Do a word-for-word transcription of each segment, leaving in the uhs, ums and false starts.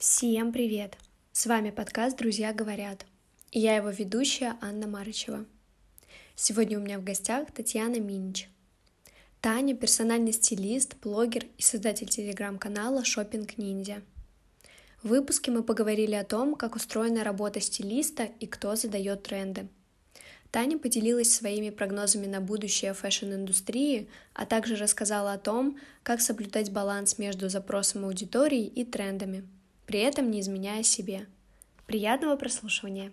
Всем привет! С вами подкаст «Друзья говорят» и я его ведущая Анна Марычева. Сегодня у меня в гостях Татьяна Минич. Таня — персональный стилист, блогер и создатель телеграм-канала Shopping Ninja. В выпуске мы поговорили о том, как устроена работа стилиста и кто задает тренды. Таня поделилась своими прогнозами на будущее фэшн-индустрии, а также рассказала о том, как соблюдать баланс между запросом аудитории и трендами, при этом не изменяя себе. Приятного прослушивания!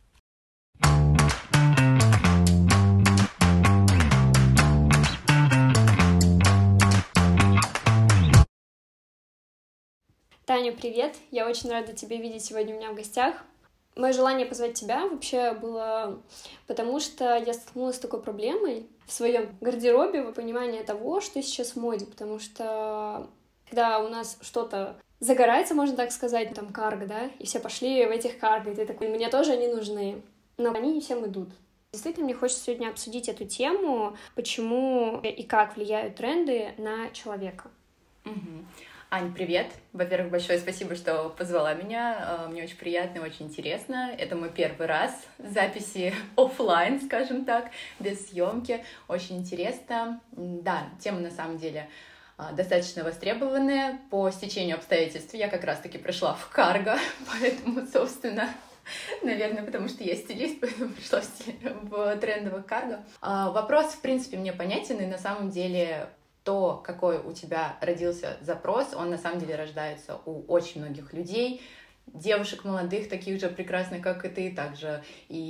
Таня, привет! Я очень рада тебя видеть сегодня у меня в гостях. Мое желание позвать тебя вообще было потому, что я столкнулась с такой проблемой в своем гардеробе, в понимании того, что сейчас в моде, потому что когда у нас что-то загорается, можно так сказать, там карго, да, и все пошли в этих карго, и ты такой, мне тоже они нужны, но они не всем идут. Действительно, мне хочется сегодня обсудить эту тему, почему и как влияют тренды на человека. Угу. Ань, привет! Во-первых, большое спасибо, что позвала меня. Мне очень приятно и очень интересно. Это мой первый раз записи офлайн, скажем так, без съемки. Очень интересно. Да, тема на самом деле достаточно востребованная. По стечению обстоятельств я как раз-таки пришла в карго, поэтому, собственно, наверное, потому что я стилист, поэтому пришла в, стиль... в трендовых карго. Вопрос, в принципе, мне понятен, и на самом деле то, какой у тебя родился запрос, он на самом деле рождается у очень многих людей, девушек молодых, таких же прекрасных, как и ты, также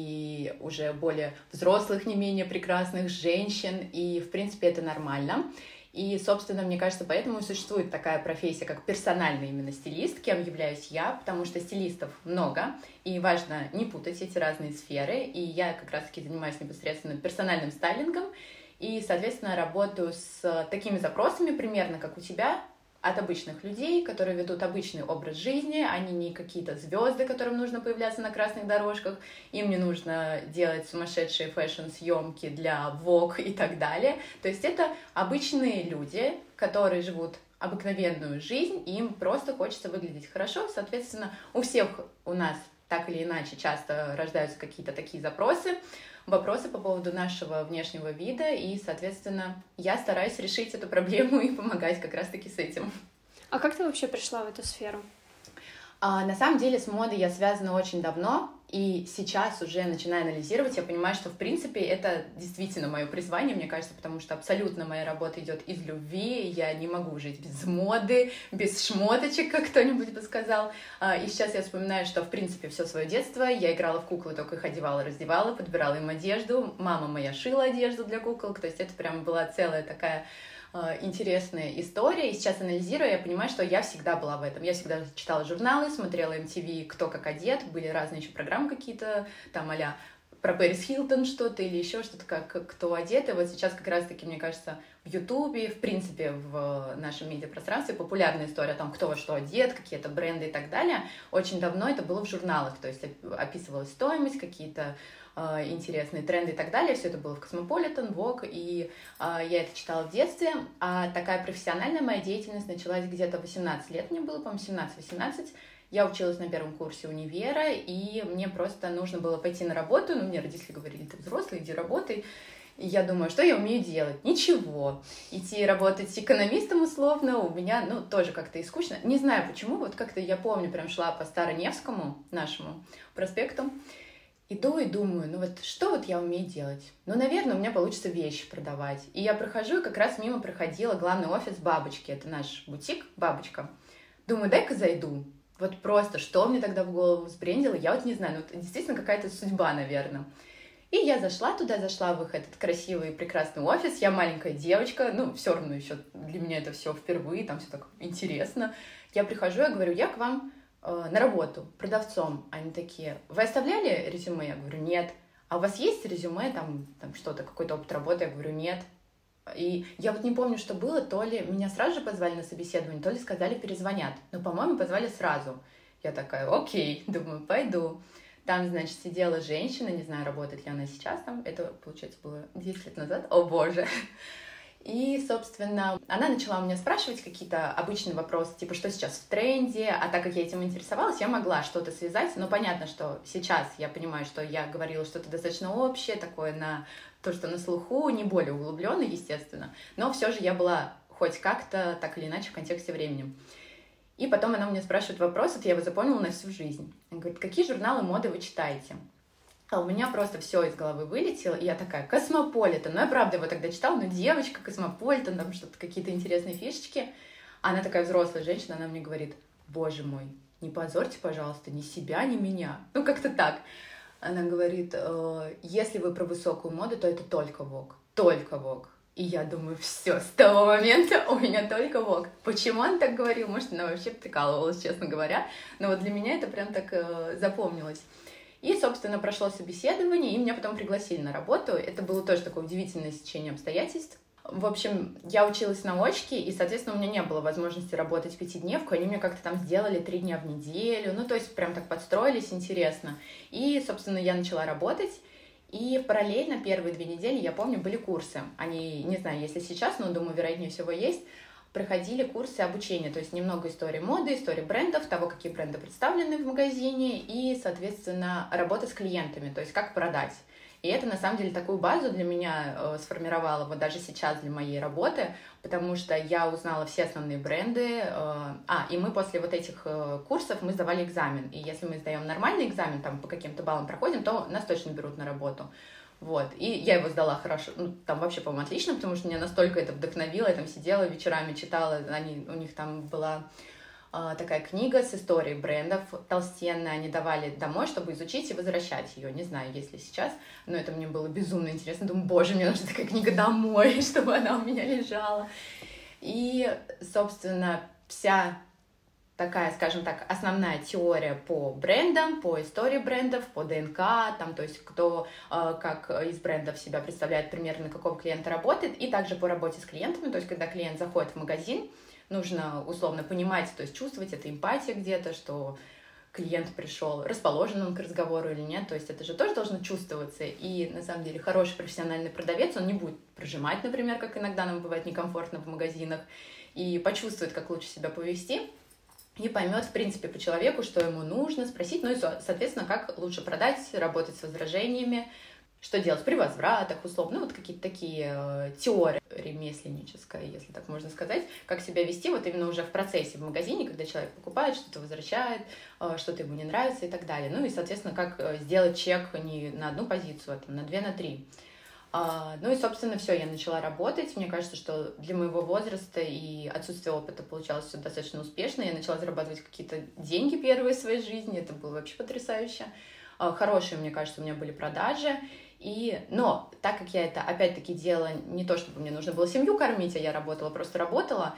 и уже более взрослых, не менее прекрасных женщин, и, в принципе, это нормально. И, собственно, мне кажется, поэтому и существует такая профессия, как персональный именно стилист, кем являюсь я, потому что стилистов много, и важно не путать эти разные сферы, и я как раз-таки занимаюсь непосредственно персональным стайлингом, и, соответственно, работаю с такими запросами, примерно как у тебя, от обычных людей, которые ведут обычный образ жизни, они не какие-то звезды, которым нужно появляться на красных дорожках, им не нужно делать сумасшедшие фэшн-съемки для Vogue и так далее. То есть это обычные люди, которые живут обыкновенную жизнь, и им просто хочется выглядеть хорошо. Соответственно, у всех у нас так или иначе часто рождаются какие-то такие запросы, вопросы по поводу нашего внешнего вида, и, соответственно, я стараюсь решить эту проблему и помогать как раз-таки с этим. А как ты вообще пришла в эту сферу? А, на самом деле с модой я связана очень давно, и сейчас уже начиная анализировать, я понимаю, что, в принципе, это действительно мое призвание, мне кажется, потому что абсолютно моя работа идет из любви, я не могу жить без моды, без шмоточек, как кто-нибудь бы сказал. И сейчас я вспоминаю, что, в принципе, все свое детство я играла в куклы, только их одевала, раздевала, подбирала им одежду. Мама моя шила одежду для куколок, то есть это прям была целая такая интересная история, и сейчас анализируя, я понимаю, что я всегда была в этом. Я всегда читала журналы, смотрела эм ти ви «Кто как одет», были разные еще программы какие-то, там а-ля про Пэрис Хилтон что-то или еще что-то, как кто одет. И вот сейчас как раз-таки, мне кажется, в Ютубе, в принципе, в нашем медиапространстве популярная история о том, кто во что одет, какие-то бренды и так далее. Очень давно это было в журналах, то есть описывалась стоимость, какие-то э, интересные тренды и так далее. Все это было в Cosmopolitan, Vogue, и э, я это читала в детстве. А такая профессиональная моя деятельность началась где-то восемнадцать лет, мне было, по-моему, семнадцать-восемнадцать. Я училась на первом курсе универа, и мне просто нужно было пойти на работу. Ну, мне родители говорили, ты взрослый, иди работай. И я думаю, что я умею делать? Ничего. Идти работать экономистом условно у меня, ну, тоже как-то и скучно. Не знаю почему, вот как-то я помню, прям шла по Староневскому, нашему проспекту, иду и думаю, ну вот что вот я умею делать? Ну, наверное, у меня получится вещи продавать. И я прохожу, и как раз мимо проходила главный офис Бабочки, это наш бутик Бабочка. Думаю, дай-ка зайду. Вот просто, что мне тогда в голову взбрендило, я вот не знаю, ну, это действительно какая-то судьба, наверное. И я зашла туда, зашла в их этот красивый и прекрасный офис, я маленькая девочка, ну, все равно еще для меня это все впервые, там все так интересно. Я прихожу, я говорю, я к вам э, на работу продавцом. Они такие, вы оставляли резюме? Я говорю, нет. А у вас есть резюме, там, там что-то, какой-то опыт работы? Я говорю, нет. И я вот не помню, что было, то ли меня сразу же позвали на собеседование, то ли сказали, перезвонят. Но, по-моему, позвали сразу. Я такая, окей, думаю, пойду. Там, значит, сидела женщина, не знаю, работает ли она сейчас там, это, получается, было десять лет назад, о боже. И, собственно, она начала у меня спрашивать какие-то обычные вопросы, типа, что сейчас в тренде, а так как я этим интересовалась, я могла что-то связать, но понятно, что сейчас я понимаю, что я говорила что-то достаточно общее, такое на то, что на слуху, не более углубленно, естественно, но все же я была хоть как-то так или иначе в контексте времени. И потом она у меня спрашивает вопрос, вот я его запомнила на всю жизнь. Она говорит, какие журналы моды вы читаете? А у меня просто все из головы вылетело, и я такая, Космополитен. Ну, я правда его тогда читала, ну, девочка, Космополитен, там что-то, какие-то интересные фишечки. Она такая взрослая женщина, она мне говорит, боже мой, не позорьте, пожалуйста, ни себя, ни меня. Ну, как-то так. Она говорит, э, если вы про высокую моду, то это только Vogue, только Vogue. И я думаю, все, с того момента у меня только Vogue. Почему она так говорила? Может, она вообще прикалывалась, честно говоря. Но вот для меня это прям так э, запомнилось. И, собственно, прошло собеседование, и меня потом пригласили на работу. Это было тоже такое удивительное стечение обстоятельств. В общем, я училась на очке, и, соответственно, у меня не было возможности работать пятидневку. Они мне как-то там сделали три дня в неделю. Ну, то есть прям так подстроились, интересно. И, собственно, я начала работать. И параллельно первые две недели, я помню, были курсы. Они, не знаю, если сейчас, но, думаю, вероятнее всего есть. Проходили курсы обучения, то есть немного истории моды, истории брендов, того, какие бренды представлены в магазине, и, соответственно, работа с клиентами, то есть как продать. И это, на самом деле, такую базу для меня э, сформировало, вот даже сейчас для моей работы, потому что я узнала все основные бренды. Э, а, и мы после вот этих э, курсов мы сдавали экзамен, и если мы сдаем нормальный экзамен, там по каким-то баллам проходим, то нас точно берут на работу. Вот, и я его сдала хорошо, ну, там вообще, по-моему, отлично, потому что меня настолько это вдохновило, я там сидела вечерами, читала, они, у них там была э, такая книга с историей брендов толстенная, они давали домой, чтобы изучить и возвращать ее, не знаю, есть ли сейчас, но это мне было безумно интересно, думаю, боже, мне нужна такая книга домой, чтобы она у меня лежала, и, собственно, вся такая, скажем так, основная теория по брендам, по истории брендов, по ДНК, там, то есть кто э, как из брендов себя представляет, примерно какого клиента работает, и также по работе с клиентами, то есть когда клиент заходит в магазин, нужно условно понимать, то есть чувствовать, это эмпатия где-то, что клиент пришел, расположен он к разговору или нет, то есть это же тоже должно чувствоваться, и на самом деле хороший профессиональный продавец, он не будет прожимать, например, как иногда нам бывает некомфортно в магазинах, и почувствует, как лучше себя повести, и поймет, в принципе, по человеку, что ему нужно спросить, ну и, соответственно, как лучше продать, работать с возражениями, что делать при возвратах, условно, ну, вот какие-то такие э, теории ремесленническая, если так можно сказать, как себя вести вот именно уже в процессе, в магазине, когда человек покупает, что-то возвращает, э, что-то ему не нравится и так далее. Ну и, соответственно, как э, сделать чек не на одну позицию, а там, на две, на три. Uh, ну и, собственно, все, я начала работать. Мне кажется, что для моего возраста и отсутствия опыта получалось все достаточно успешно. Я начала зарабатывать какие-то деньги первые в своей жизни. Это было вообще потрясающе. Uh, хорошие, мне кажется, у меня были продажи. И... Но так как я это, опять-таки, делала не то, чтобы мне нужно было семью кормить, а я работала, просто работала,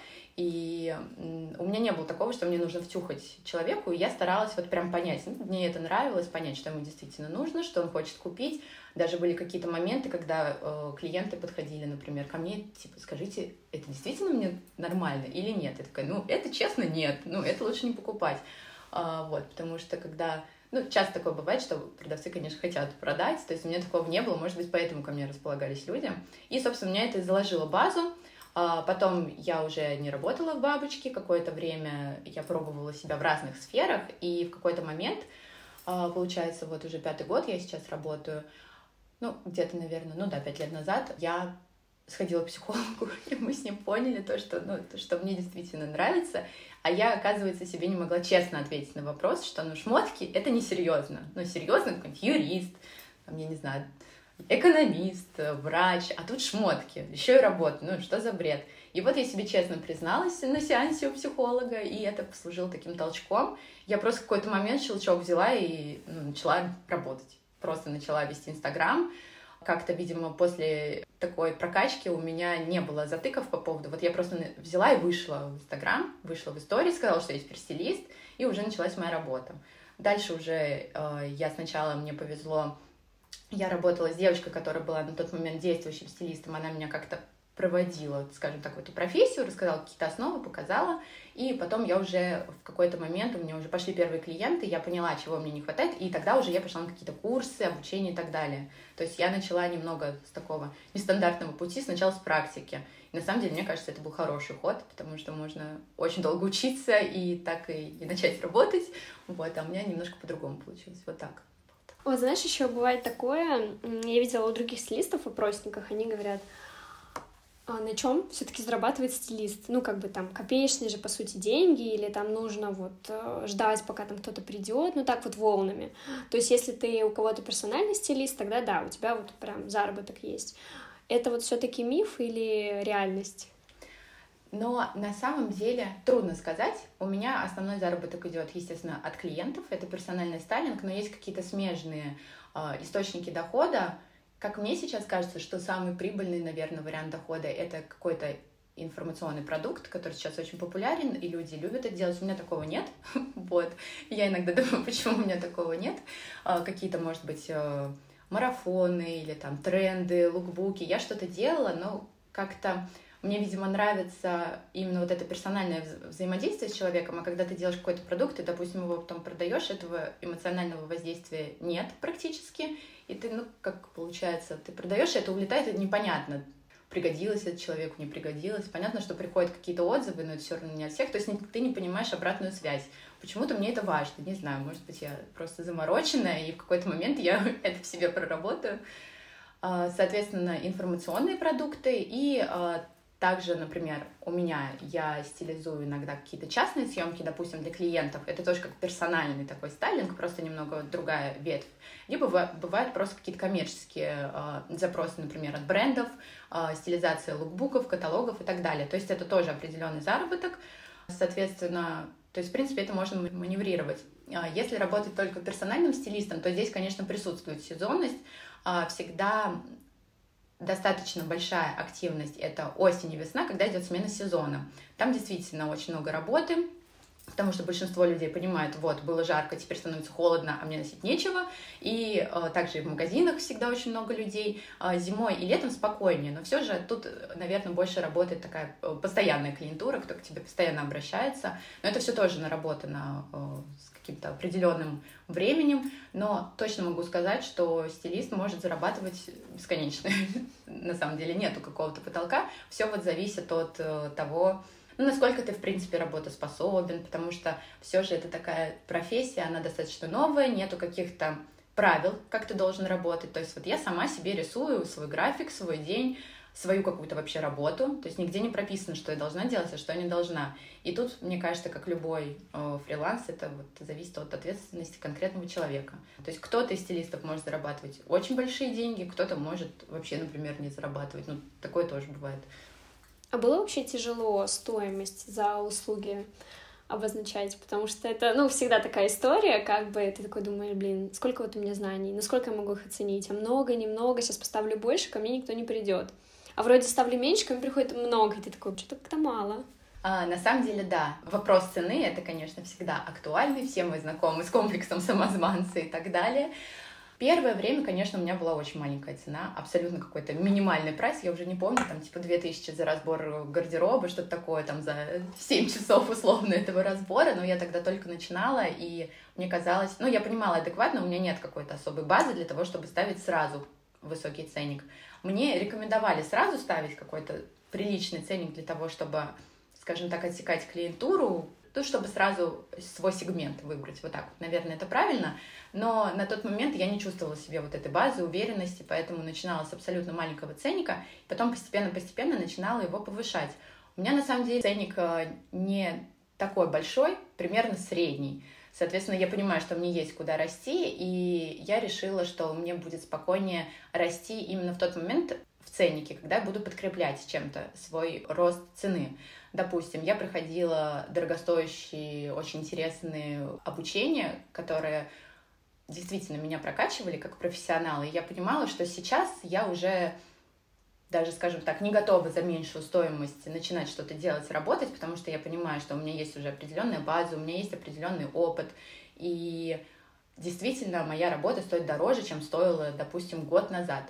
и у меня не было такого, что мне нужно втюхать человеку, и я старалась вот прям понять, ну, мне это нравилось, понять, что ему действительно нужно, что он хочет купить. Даже были какие-то моменты, когда э, клиенты подходили, например, ко мне, типа, скажите, это действительно мне нормально или нет? Я такая, ну, это честно нет, ну, это лучше не покупать. А, вот, потому что когда... Ну, часто такое бывает, что продавцы, конечно, хотят продать, то есть у меня такого не было, может быть, поэтому ко мне располагались люди. И, собственно, у меня это заложило базу. А потом я уже не работала в «Бабочке», какое-то время я пробовала себя в разных сферах, и в какой-то момент, получается, вот уже пятый год я сейчас работаю, ну, где-то, наверное, ну да, пять лет назад я сходила к психологу, и мы с ним поняли то, что, ну, то, что мне действительно нравится, а я, оказывается, себе не могла честно ответить на вопрос, что, ну, шмотки — это несерьезно. Ну, серьезно какой-нибудь юрист, там, я не знаю, экономист, врач, а тут шмотки, еще и работа, ну, что за бред? И вот я себе честно призналась на сеансе у психолога, и это послужило таким толчком. Я просто в какой-то момент щелчок взяла и, ну, начала работать. Просто начала вести Инстаграм. Как-то, видимо, после такой прокачки у меня не было затыков по поводу... Вот я просто взяла и вышла в Инстаграм, вышла в истории, сказала, что я теперь стилист, и уже началась моя работа. Дальше уже э, я сначала, мне повезло, я работала с девочкой, которая была на тот момент действующим стилистом, она меня как-то проводила, скажем так, эту профессию, рассказала какие-то основы, показала, и потом я уже в какой-то момент, у меня уже пошли первые клиенты, я поняла, чего мне не хватает, и тогда уже я пошла на какие-то курсы, обучение и так далее. То есть я начала немного с такого нестандартного пути, сначала с практики. И на самом деле, мне кажется, это был хороший ход, потому что можно очень долго учиться и так и, и начать работать, вот, а у меня немножко по-другому получилось, вот так. Вот, знаешь, еще бывает такое, я видела у других стилистов в опросниках, они говорят, а на чем все-таки зарабатывает стилист? Ну, как бы там копеечные же, по сути, деньги, или там нужно вот ждать, пока там кто-то придет, ну так вот волнами. То есть, если ты у кого-то персональный стилист, тогда да, у тебя вот прям заработок есть. Это вот все-таки миф или реальность? Но на самом деле трудно сказать. У меня основной заработок идет, естественно, от клиентов, это персональный стайлинг, но есть какие-то смежные э, источники дохода. Как мне сейчас кажется, что самый прибыльный, наверное, вариант дохода — это какой-то информационный продукт, который сейчас очень популярен, и люди любят это делать. У меня такого нет. Вот. Я иногда думаю, почему у меня такого нет. Какие-то, может быть, марафоны или там тренды, лукбуки. Я что-то делала, но как-то мне, видимо, нравится именно вот это персональное вза- взаимодействие с человеком, а когда ты делаешь какой-то продукт, и, допустим, его потом продаешь, этого эмоционального воздействия нет практически, и ты, ну, как получается, ты продаешь, это улетает, это непонятно, пригодилось это человеку, не пригодилось. Понятно, что приходят какие-то отзывы, но это все равно не от всех, то есть ты не понимаешь обратную связь. Почему-то мне это важно, не знаю, может быть, я просто замороченная, и в какой-то момент я это в себе проработаю. Соответственно, информационные продукты и также, например, у меня, я стилизую иногда какие-то частные съемки, допустим, для клиентов. Это тоже как персональный такой стайлинг, просто немного другая ветвь. Либо бывают просто какие-то коммерческие э, запросы, например, от брендов, э, стилизация лукбуков, каталогов и так далее. То есть это тоже определенный заработок. Соответственно, то есть, в принципе, это можно маневрировать. Если работать только персональным стилистом, то здесь, конечно, присутствует сезонность. Всегда достаточно большая активность — это осень и весна, когда идет смена сезона. Там действительно очень много работы, потому что большинство людей понимают, вот, было жарко, теперь становится холодно, а мне носить нечего. И э, также и в магазинах всегда очень много людей. Э, зимой и летом спокойнее, но все же тут, наверное, больше работает такая постоянная клиентура, кто к тебе постоянно обращается. Но это все тоже наработано э, с каким-то определенным временем, но точно могу сказать, что стилист может зарабатывать бесконечно. На самом деле нету какого-то потолка, все вот зависит от э, того, ну, насколько ты, в принципе, работоспособен, потому что все же это такая профессия, она достаточно новая, нету каких-то правил, как ты должен работать. То есть вот я сама себе рисую свой график, свой день, свою какую-то вообще работу. То есть нигде не прописано, что я должна делать, а что я не должна. И тут, мне кажется, как любой э, фриланс, это вот зависит от ответственности конкретного человека. То есть кто-то из стилистов может зарабатывать очень большие деньги, кто-то может вообще, например, не зарабатывать. Ну, такое тоже бывает. А было вообще тяжело стоимость за услуги обозначать? Потому что это, ну, всегда такая история, как бы ты такой думаешь, блин, сколько вот у меня знаний, насколько я могу их оценить? А много, немного, сейчас поставлю больше, ко мне никто не придет. А вроде ставлю меньше, ко мне приходит много, и ты такой, что-то как-то мало. А, на самом деле, да, вопрос цены — это, конечно, всегда актуальный, все мы знакомы с комплексом самозванца и так далее. Первое время, конечно, у меня была очень маленькая цена, абсолютно какой-то минимальный прайс, я уже не помню, там типа две тысячи за разбор гардероба, что-то такое, там за семь часов условно этого разбора, но я тогда только начинала, и мне казалось, ну, я понимала адекватно, у меня нет какой-то особой базы для того, чтобы ставить сразу высокий ценник. Мне рекомендовали сразу ставить какой-то приличный ценник для того, чтобы, скажем так, отсекать клиентуру, то, чтобы сразу свой сегмент выбрать. Вот так вот, наверное, это правильно. Но на тот момент я не чувствовала себе вот этой базы, уверенности, поэтому начинала с абсолютно маленького ценника, потом постепенно-постепенно начинала его повышать. У меня, на самом деле, ценник не такой большой, примерно средний. Соответственно, я понимаю, что мне есть куда расти, и я решила, что мне будет спокойнее расти именно в тот момент в ценнике, когда я буду подкреплять чем-то свой рост цены. Допустим, я проходила дорогостоящие, очень интересные обучения, которые действительно меня прокачивали как профессионала, и я понимала, что сейчас я уже даже, скажем так, не готова за меньшую стоимость начинать что-то делать, работать, потому что я понимаю, что у меня есть уже определенная база, у меня есть определенный опыт, и действительно моя работа стоит дороже, чем стоила, допустим, год назад.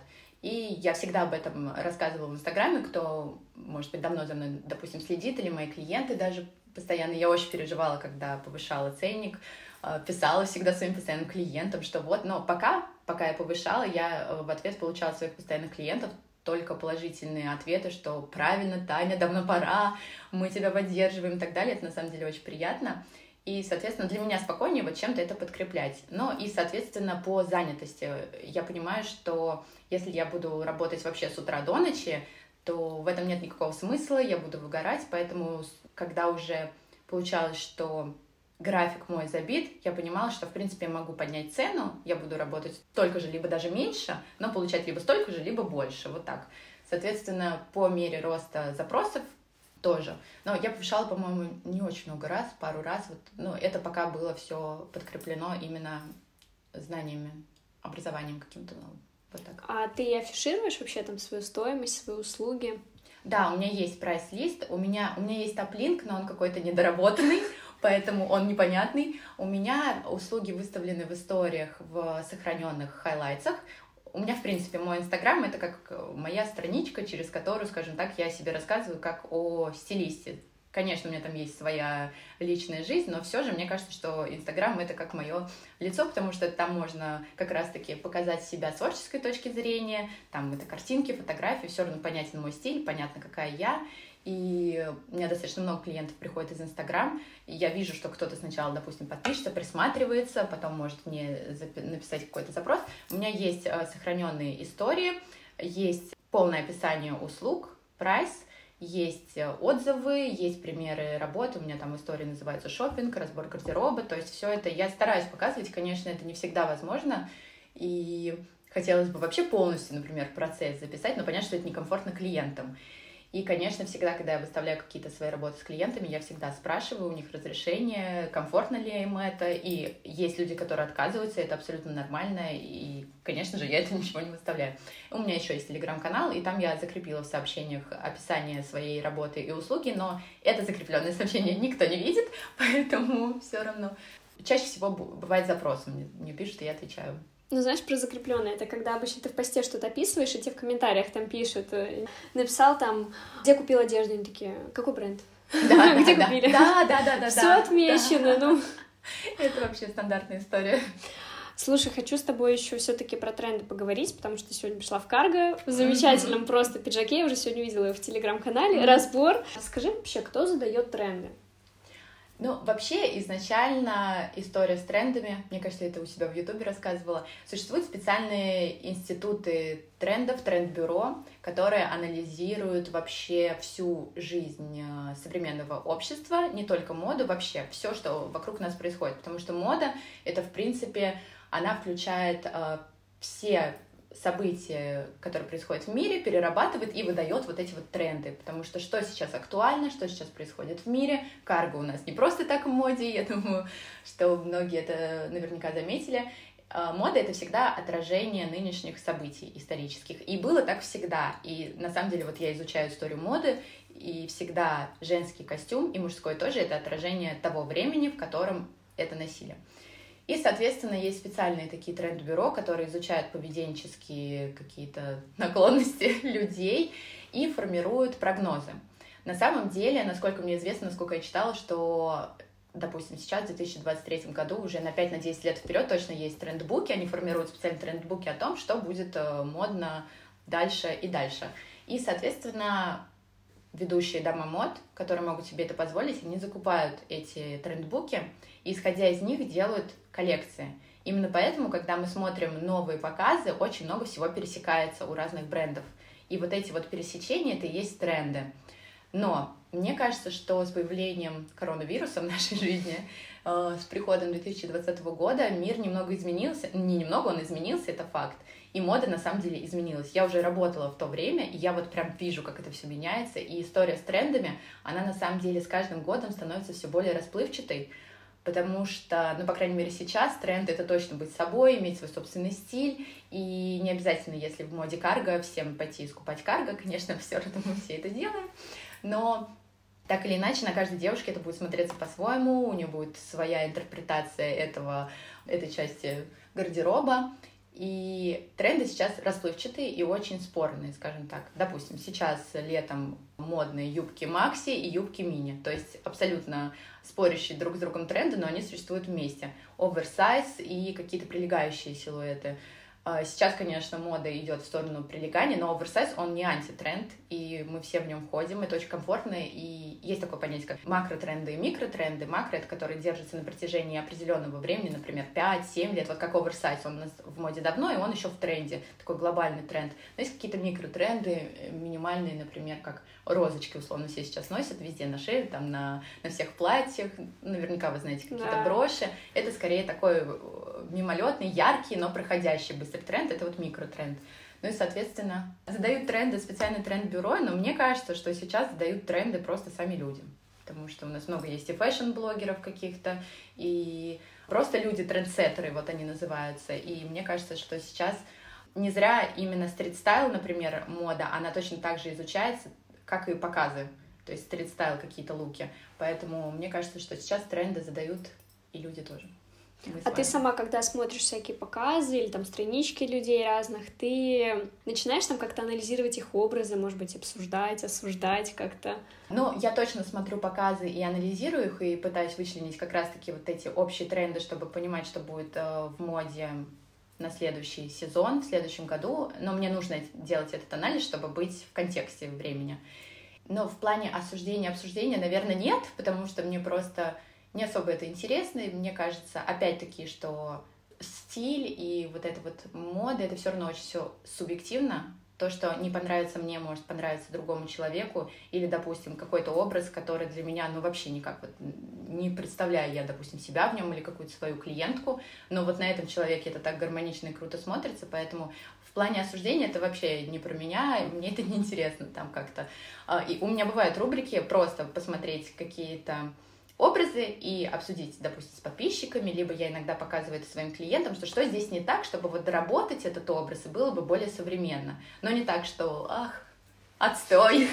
И я всегда об этом рассказывала в Инстаграме, кто, может быть, давно за мной, допустим, следит, или мои клиенты даже постоянно. Я очень переживала, когда повышала ценник, писала всегда своим постоянным клиентам, что вот, но пока, пока я повышала, я в ответ получала от своих постоянных клиентов только положительные ответы, что правильно, Таня, давно пора, мы тебя поддерживаем и так далее. Это на самом деле очень приятно. И, соответственно, для меня спокойнее вот чем-то это подкреплять. Но и, соответственно, по занятости я понимаю, что если я буду работать вообще с утра до ночи, то в этом нет никакого смысла, я буду выгорать. Поэтому, когда уже получалось, что график мой забит, я понимала, что, в принципе, я могу поднять цену, я буду работать столько же, либо даже меньше, но получать либо столько же, либо больше, вот так. Соответственно, по мере роста запросов тоже. Но я повышала, по-моему, не очень много раз, пару раз. Вот, ну, это пока было все подкреплено именно знаниями, образованием каким-то новым. Вот так. А ты афишируешь вообще там свою стоимость, свои услуги? Да, у меня есть прайс-лист, у меня, у меня есть топ-линк, но он какой-то недоработанный, поэтому он непонятный. У меня услуги выставлены в историях, в сохраненных хайлайтсах. У меня, в принципе, мой Инстаграм — это как моя страничка, через которую, скажем так, я себе рассказываю как о стилисте. Конечно, у меня там есть своя личная жизнь, но все же мне кажется, что Инстаграм — это как мое лицо, потому что там можно как раз-таки показать себя с творческой точки зрения, там это картинки, фотографии, все равно понятен мой стиль, понятно, какая я. И у меня достаточно много клиентов приходит из Инстаграм, и я вижу, что кто-то сначала, допустим, подпишется, присматривается, потом может мне написать какой-то запрос. У меня есть сохраненные истории, есть полное описание услуг, прайс, есть отзывы, есть примеры работы, у меня там история называется «Шоппинг», разбор гардероба, то есть все это я стараюсь показывать, конечно, это не всегда возможно, и хотелось бы вообще полностью, например, процесс записать, но понятно, что это некомфортно клиентам. И, конечно, всегда, когда я выставляю какие-то свои работы с клиентами, я всегда спрашиваю у них разрешение, комфортно ли им это. И есть люди, которые отказываются, это абсолютно нормально. И, конечно же, я это ничего не выставляю. У меня еще есть телеграм-канал, и там я закрепила в сообщениях описание своей работы и услуги, но это закрепленное сообщение никто не видит, поэтому все равно. Чаще всего бывает запрос, мне, мне пишут, и я отвечаю. Ну, знаешь, про закрепленное, это когда обычно ты в посте что-то описываешь, и тебе в комментариях там пишут, написал там, где купил одежду, они такие, какой бренд? Да, где да, купили? Да, да, да, да. Все отмечено, ну. Это вообще стандартная история. Слушай, хочу с тобой еще все-таки про тренды поговорить, потому что сегодня пришла в карго в замечательном mm-hmm. просто пиджаке, я уже сегодня видела его в телеграм-канале, mm-hmm. разбор. Скажи вообще, кто задает тренды? Ну, вообще, изначально история с трендами, мне кажется, я это у себя в Ютубе рассказывала, существуют специальные институты трендов, тренд-бюро, которые анализируют вообще всю жизнь современного общества, не только моду, вообще все, что вокруг нас происходит, потому что мода — это, в принципе, она включает э, все события, которые происходят в мире, перерабатывает и выдает вот эти вот тренды, потому что что сейчас актуально, что сейчас происходит в мире. Карго у нас не просто так в моде, я думаю, что многие это наверняка заметили. Мода — это всегда отражение нынешних событий исторических, и было так всегда. И на самом деле вот я изучаю историю моды, и всегда женский костюм и мужской тоже — это отражение того времени, в котором это носили. И, соответственно, есть специальные такие тренд-бюро, которые изучают поведенческие какие-то наклонности людей и формируют прогнозы. На самом деле, насколько мне известно, насколько я читала, что, допустим, сейчас, в две тысячи двадцать третьем году, уже на пять-десять лет вперед точно есть трендбуки, они формируют специальные трендбуки о том, что будет модно дальше и дальше. И, соответственно, ведущие дома мод, которые могут себе это позволить, они закупают эти трендбуки и, исходя из них, делают коллекции. Именно поэтому, когда мы смотрим новые показы, очень много всего пересекается у разных брендов. И вот эти вот пересечения — это и есть тренды. Но мне кажется, что с появлением коронавируса в нашей жизни, э, с приходом две тысячи двадцатого года, мир немного изменился. Не немного, он изменился, это факт. И мода на самом деле изменилась. Я уже работала в то время, и я вот прям вижу, как это все меняется. И история с трендами, она на самом деле с каждым годом становится все более расплывчатой, потому что, ну, по крайней мере, сейчас тренд — это точно быть собой, иметь свой собственный стиль, и не обязательно, если в моде карго, всем пойти и скупать карго, конечно, все равно мы все это делаем, но так или иначе на каждой девушке это будет смотреться по-своему, у нее будет своя интерпретация этого, этой части гардероба, И тренды сейчас расплывчатые и очень спорные, скажем так. Допустим, сейчас летом модные юбки Макси и юбки Мини. То есть абсолютно спорящие друг с другом тренды, но они существуют вместе. Оверсайз и какие-то прилегающие силуэты. Сейчас, конечно, мода идет в сторону прилегания, но оверсайз, он не антитренд, и мы все в нем ходим, это очень комфортно, и есть такое понятие, как макротренды и микротренды. Макро — это которые держатся на протяжении определенного времени, например, пять-семь лет, вот как оверсайз, он у нас в моде давно, и он еще в тренде, такой глобальный тренд. Но есть какие-то микротренды, минимальные, например, как розочки, условно, все сейчас носят везде на шее, там на, на всех платьях, наверняка вы знаете какие-то да. броши. Это скорее такой мимолетный, яркий, но проходящий быстрый тренд, это вот микротренд. Ну и, соответственно, задают тренды специально тренд-бюро, но мне кажется, что сейчас задают тренды просто сами люди, потому что у нас много есть и фэшн-блогеров каких-то, и просто люди-трендсеттеры, вот они называются, и мне кажется, что сейчас не зря именно стрит-стайл, например, мода, она точно так же изучается, как и показы, то есть стрит-стайл, какие-то луки, поэтому мне кажется, что сейчас тренды задают и люди тоже. А ты сама, когда смотришь всякие показы или там странички людей разных, ты начинаешь там как-то анализировать их образы, может быть, обсуждать, осуждать как-то? Ну, я точно смотрю показы и анализирую их, и пытаюсь вычленить как раз-таки вот эти общие тренды, чтобы понимать, что будет э, в моде на следующий сезон, в следующем году. Но мне нужно делать этот анализ, чтобы быть в контексте времени. Но в плане осуждения, обсуждения, наверное, нет, потому что мне просто... не особо это интересно, и мне кажется, опять-таки, что стиль и вот эта вот мода, это все равно очень все субъективно. То, что не понравится мне, может понравиться другому человеку, или, допустим, какой-то образ, который для меня, ну, вообще никак, вот, не представляю я, допустим, себя в нем или какую-то свою клиентку, но вот на этом человеке это так гармонично и круто смотрится, поэтому в плане осуждения это вообще не про меня, мне это не интересно там как-то. И у меня бывают рубрики просто посмотреть какие-то образы и обсудить, допустим, с подписчиками, либо я иногда показываю это своим клиентам, что что здесь не так, чтобы вот доработать этот образ и было бы более современно. Но не так, что, ах, отстой,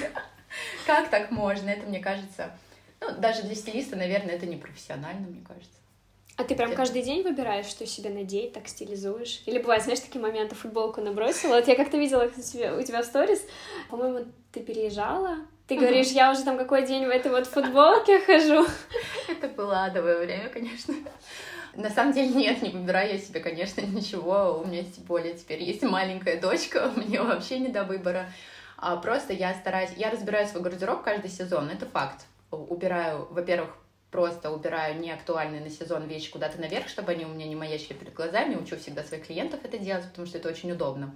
как так можно? Это, мне кажется, ну, даже для стилиста, наверное, это не профессионально, мне кажется. А ты прям каждый день выбираешь, что себе надеть, так стилизуешь? Или бывает, знаешь, такие моменты, футболку набросила? Вот я как-то видела у тебя, у тебя в сторис, по-моему, ты переезжала? Ты говоришь, я уже там какой день в этой вот футболке хожу. Это было адовое время, конечно. На самом деле нет, не выбираю я себе, конечно, ничего. У меня тем более теперь есть маленькая дочка, мне вообще не до выбора. А просто я стараюсь... Я разбираю свой гардероб каждый сезон, это факт. Убираю, во-первых, просто убираю неактуальные на сезон вещи куда-то наверх, чтобы они у меня не маячили перед глазами. Учу всегда своих клиентов это делать, потому что это очень удобно.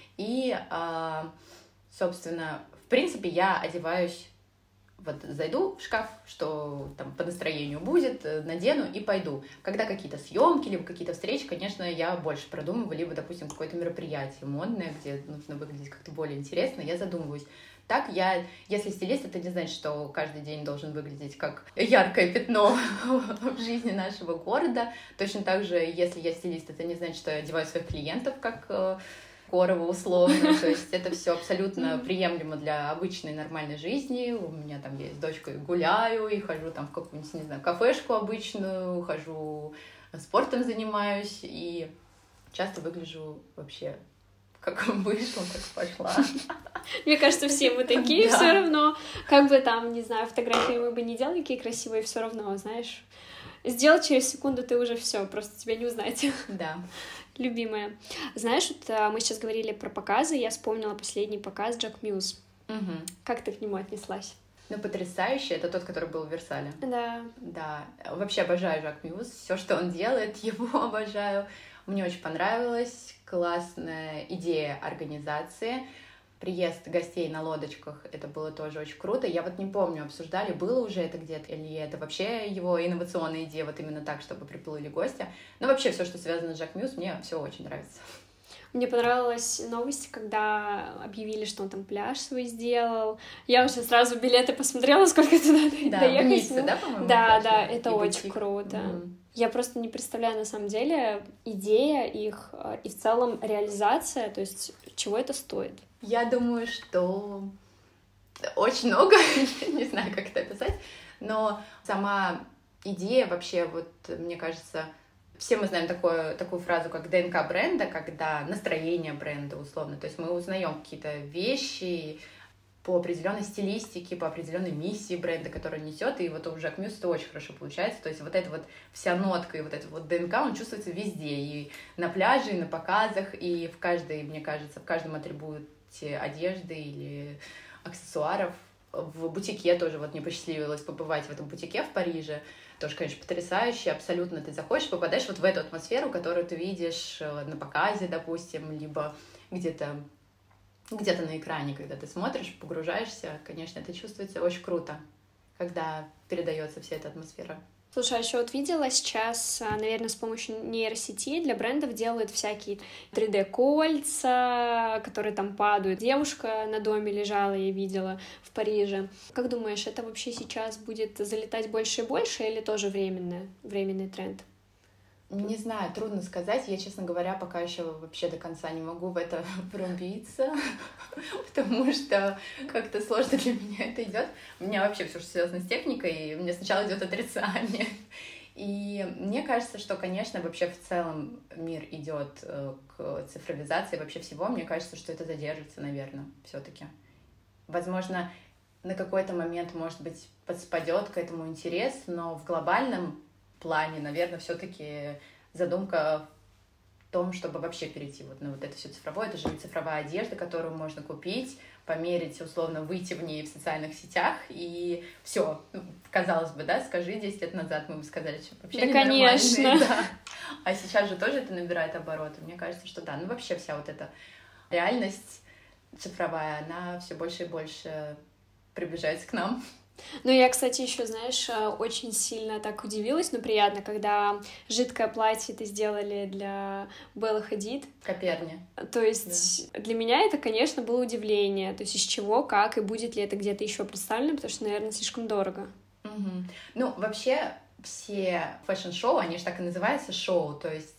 И, собственно, в принципе, я одеваюсь, вот зайду в шкаф, что там по настроению будет, надену и пойду. Когда какие-то съемки, либо какие-то встречи, конечно, я больше продумываю, либо, допустим, какое-то мероприятие модное, где нужно выглядеть как-то более интересно, я задумываюсь. Так я, если стилист, это не значит, что каждый день должен выглядеть как яркое пятно в жизни нашего города. Точно так же, если я стилист, это не значит, что я одеваю своих клиентов как Корова условно. То есть это все абсолютно приемлемо для обычной нормальной жизни. У меня там есть дочка, и гуляю, и хожу там в какую-нибудь, не знаю, кафешку обычную, хожу, спортом занимаюсь, и часто выгляжу вообще как вышла, как пошла. Мне кажется, все мы такие, да. Все равно, как бы там, не знаю, фотографии мы бы не делали какие красивые, все равно, знаешь, сделать через секунду ты уже все, просто тебя не узнать. Да. Любимая. Знаешь, вот мы сейчас говорили про показы, я вспомнила последний показ Jack Muse. Угу. Как ты к нему отнеслась? Ну, потрясающе. Это тот, который был в Версале. Да. Да. Вообще обожаю Жак Мюз. Все, что он делает, его обожаю. Мне очень понравилось. Классная идея организации. Приезд гостей на лодочках, это было тоже очень круто. Я вот не помню, обсуждали, было уже это где-то, или это вообще его инновационная идея, вот именно так, чтобы приплыли гости. Но вообще все, что связано с Жак Мюз, мне все очень нравится. Мне понравилась новость, когда объявили, что он там пляж свой сделал. Я уже сразу билеты посмотрела, сколько туда да, доехать. В Ницце, да, по-моему? Да, да, это и очень бутик. круто. Mm. Я просто не представляю, на самом деле, идея их и в целом реализация, то есть чего это стоит. Я думаю, что очень много, не знаю, как это описать, но сама идея вообще, вот, мне кажется, Все мы знаем такое, такую фразу, как ДНК бренда, когда настроение бренда, условно. То есть мы узнаем какие-то вещи по определенной стилистике, по определенной миссии бренда, которую несет, и вот у Жак Мюс это очень хорошо получается. То есть вот эта вот вся нотка и вот этот вот ДНК, он чувствуется везде, и на пляже, и на показах, и в каждой, мне кажется, в каждом атрибуте одежды или аксессуаров. В бутике тоже вот мне посчастливилось побывать в этом бутике в Париже. Тоже, конечно, потрясающе, абсолютно ты заходишь, попадаешь вот в эту атмосферу, которую ты видишь на показе, допустим, либо где-то где-то на экране, когда ты смотришь, погружаешься, конечно, это чувствуется очень круто, когда передается вся эта атмосфера. Слушай, а еще вот видела сейчас, наверное, с помощью нейросети для брендов делают всякие три дэ-кольца, которые там падают. Девушка на доме лежала, я видела, в Париже. Как думаешь, это вообще сейчас будет залетать больше и больше или тоже временное, временный тренд? Не знаю, трудно сказать. Я, честно говоря, пока еще вообще до конца не могу в это врубиться, потому что как-то сложно для меня это идет. У меня вообще все, что связано с техникой, и мне сначала идет отрицание. И мне кажется, что, конечно, вообще в целом мир идет к цифровизации вообще всего. Мне кажется, что это задержится, наверное, все-таки. Возможно, на какой-то момент, может быть, подспадет к этому интерес, но в глобальном плане, наверное, все-таки задумка в том, чтобы вообще перейти вот на вот это все цифровое. Это же не цифровая одежда, которую можно купить, померить, условно, выйти в ней в социальных сетях, и все. Казалось бы, да, скажи, десять лет назад мы бы сказали, что вообще да, ненормальные. конечно. Да. А сейчас же тоже это набирает обороты. Мне кажется, что да. Ну, вообще вся вот эта реальность цифровая, она все больше и больше приближается к нам. Ну, я, кстати, еще, знаешь, очень сильно так удивилась, но приятно, когда жидкое платье это сделали для Беллы Хадид. Коперни. То есть да. Для меня это, конечно, было удивление, то есть из чего, как, и будет ли это где-то еще представлено, потому что, наверное, слишком дорого. Угу. Ну, вообще, все фэшн-шоу, они же так и называются шоу, то есть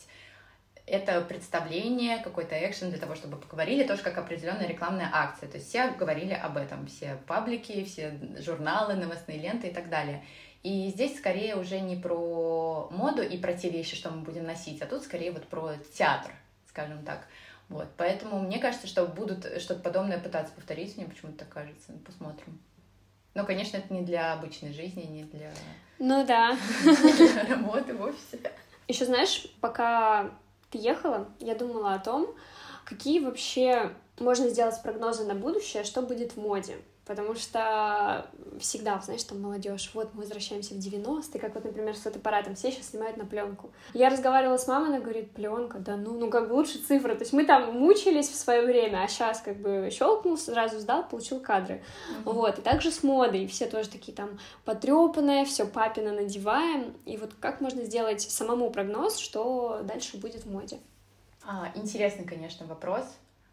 это представление, какой-то экшен для того, чтобы поговорили, тоже как определенная рекламная акция. То есть все говорили об этом, все паблики, все журналы, новостные ленты и так далее. И здесь скорее уже не про моду и про те вещи, что мы будем носить, а тут скорее вот про театр, скажем так. Вот. Поэтому мне кажется, что будут что-то подобное пытаться повторить, мне почему-то так кажется. Посмотрим. Но, конечно, это не для обычной жизни, не для... Ну да. Для работы в офисе. Еще знаешь, пока ты ехала, я думала о том, какие вообще можно сделать прогнозы на будущее, что будет в моде. Потому что всегда, знаешь, там молодежь, вот мы возвращаемся в девяностые, как вот, например, с фотоаппаратом, все сейчас снимают на пленку. Я разговаривала с мамой, она говорит, пленка, да ну, ну как бы лучше цифра. То есть мы там мучились в свое время, а сейчас как бы щелкнул, сразу сдал, получил кадры. Mm-hmm. Вот, и также с модой, все тоже такие там потрепанные, все папино надеваем. И вот как можно сделать самому прогноз, что дальше будет в моде? А, интересный, конечно, вопрос.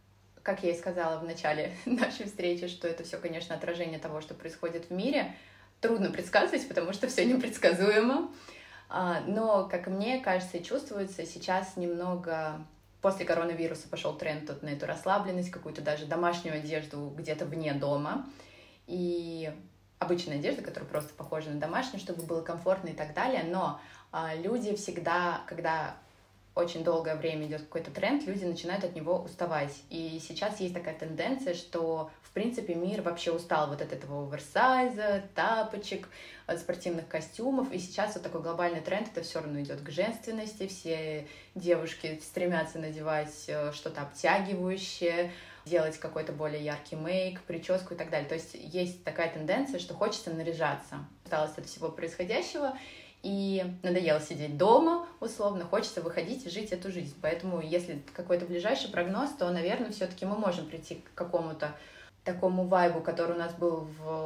Как я и сказала в начале нашей встречи, что это все, конечно, отражение того, что происходит в мире. Трудно предсказывать, потому что все непредсказуемо. Но, как мне кажется и чувствуется, сейчас немного после коронавируса пошел тренд тут на эту расслабленность, какую-то даже домашнюю одежду где-то вне дома. И обычная одежда, которая просто похожа на домашнюю, чтобы было комфортно и так далее. Но люди всегда, когда очень долгое время идет какой-то тренд, люди начинают от него уставать. И сейчас есть такая тенденция, что, в принципе, мир вообще устал вот от этого оверсайза, тапочек, спортивных костюмов. И сейчас вот такой глобальный тренд, это все равно идет к женственности. Все девушки стремятся надевать что-то обтягивающее, делать какой-то более яркий мейк, прическу и так далее. То есть есть такая тенденция, что хочется наряжаться. Усталость от всего происходящего. И надоело сидеть дома, условно, хочется выходить и жить эту жизнь. Поэтому, если какой-то ближайший прогноз, то, наверное, все-таки мы можем прийти к какому-то такому вайбу, который у нас был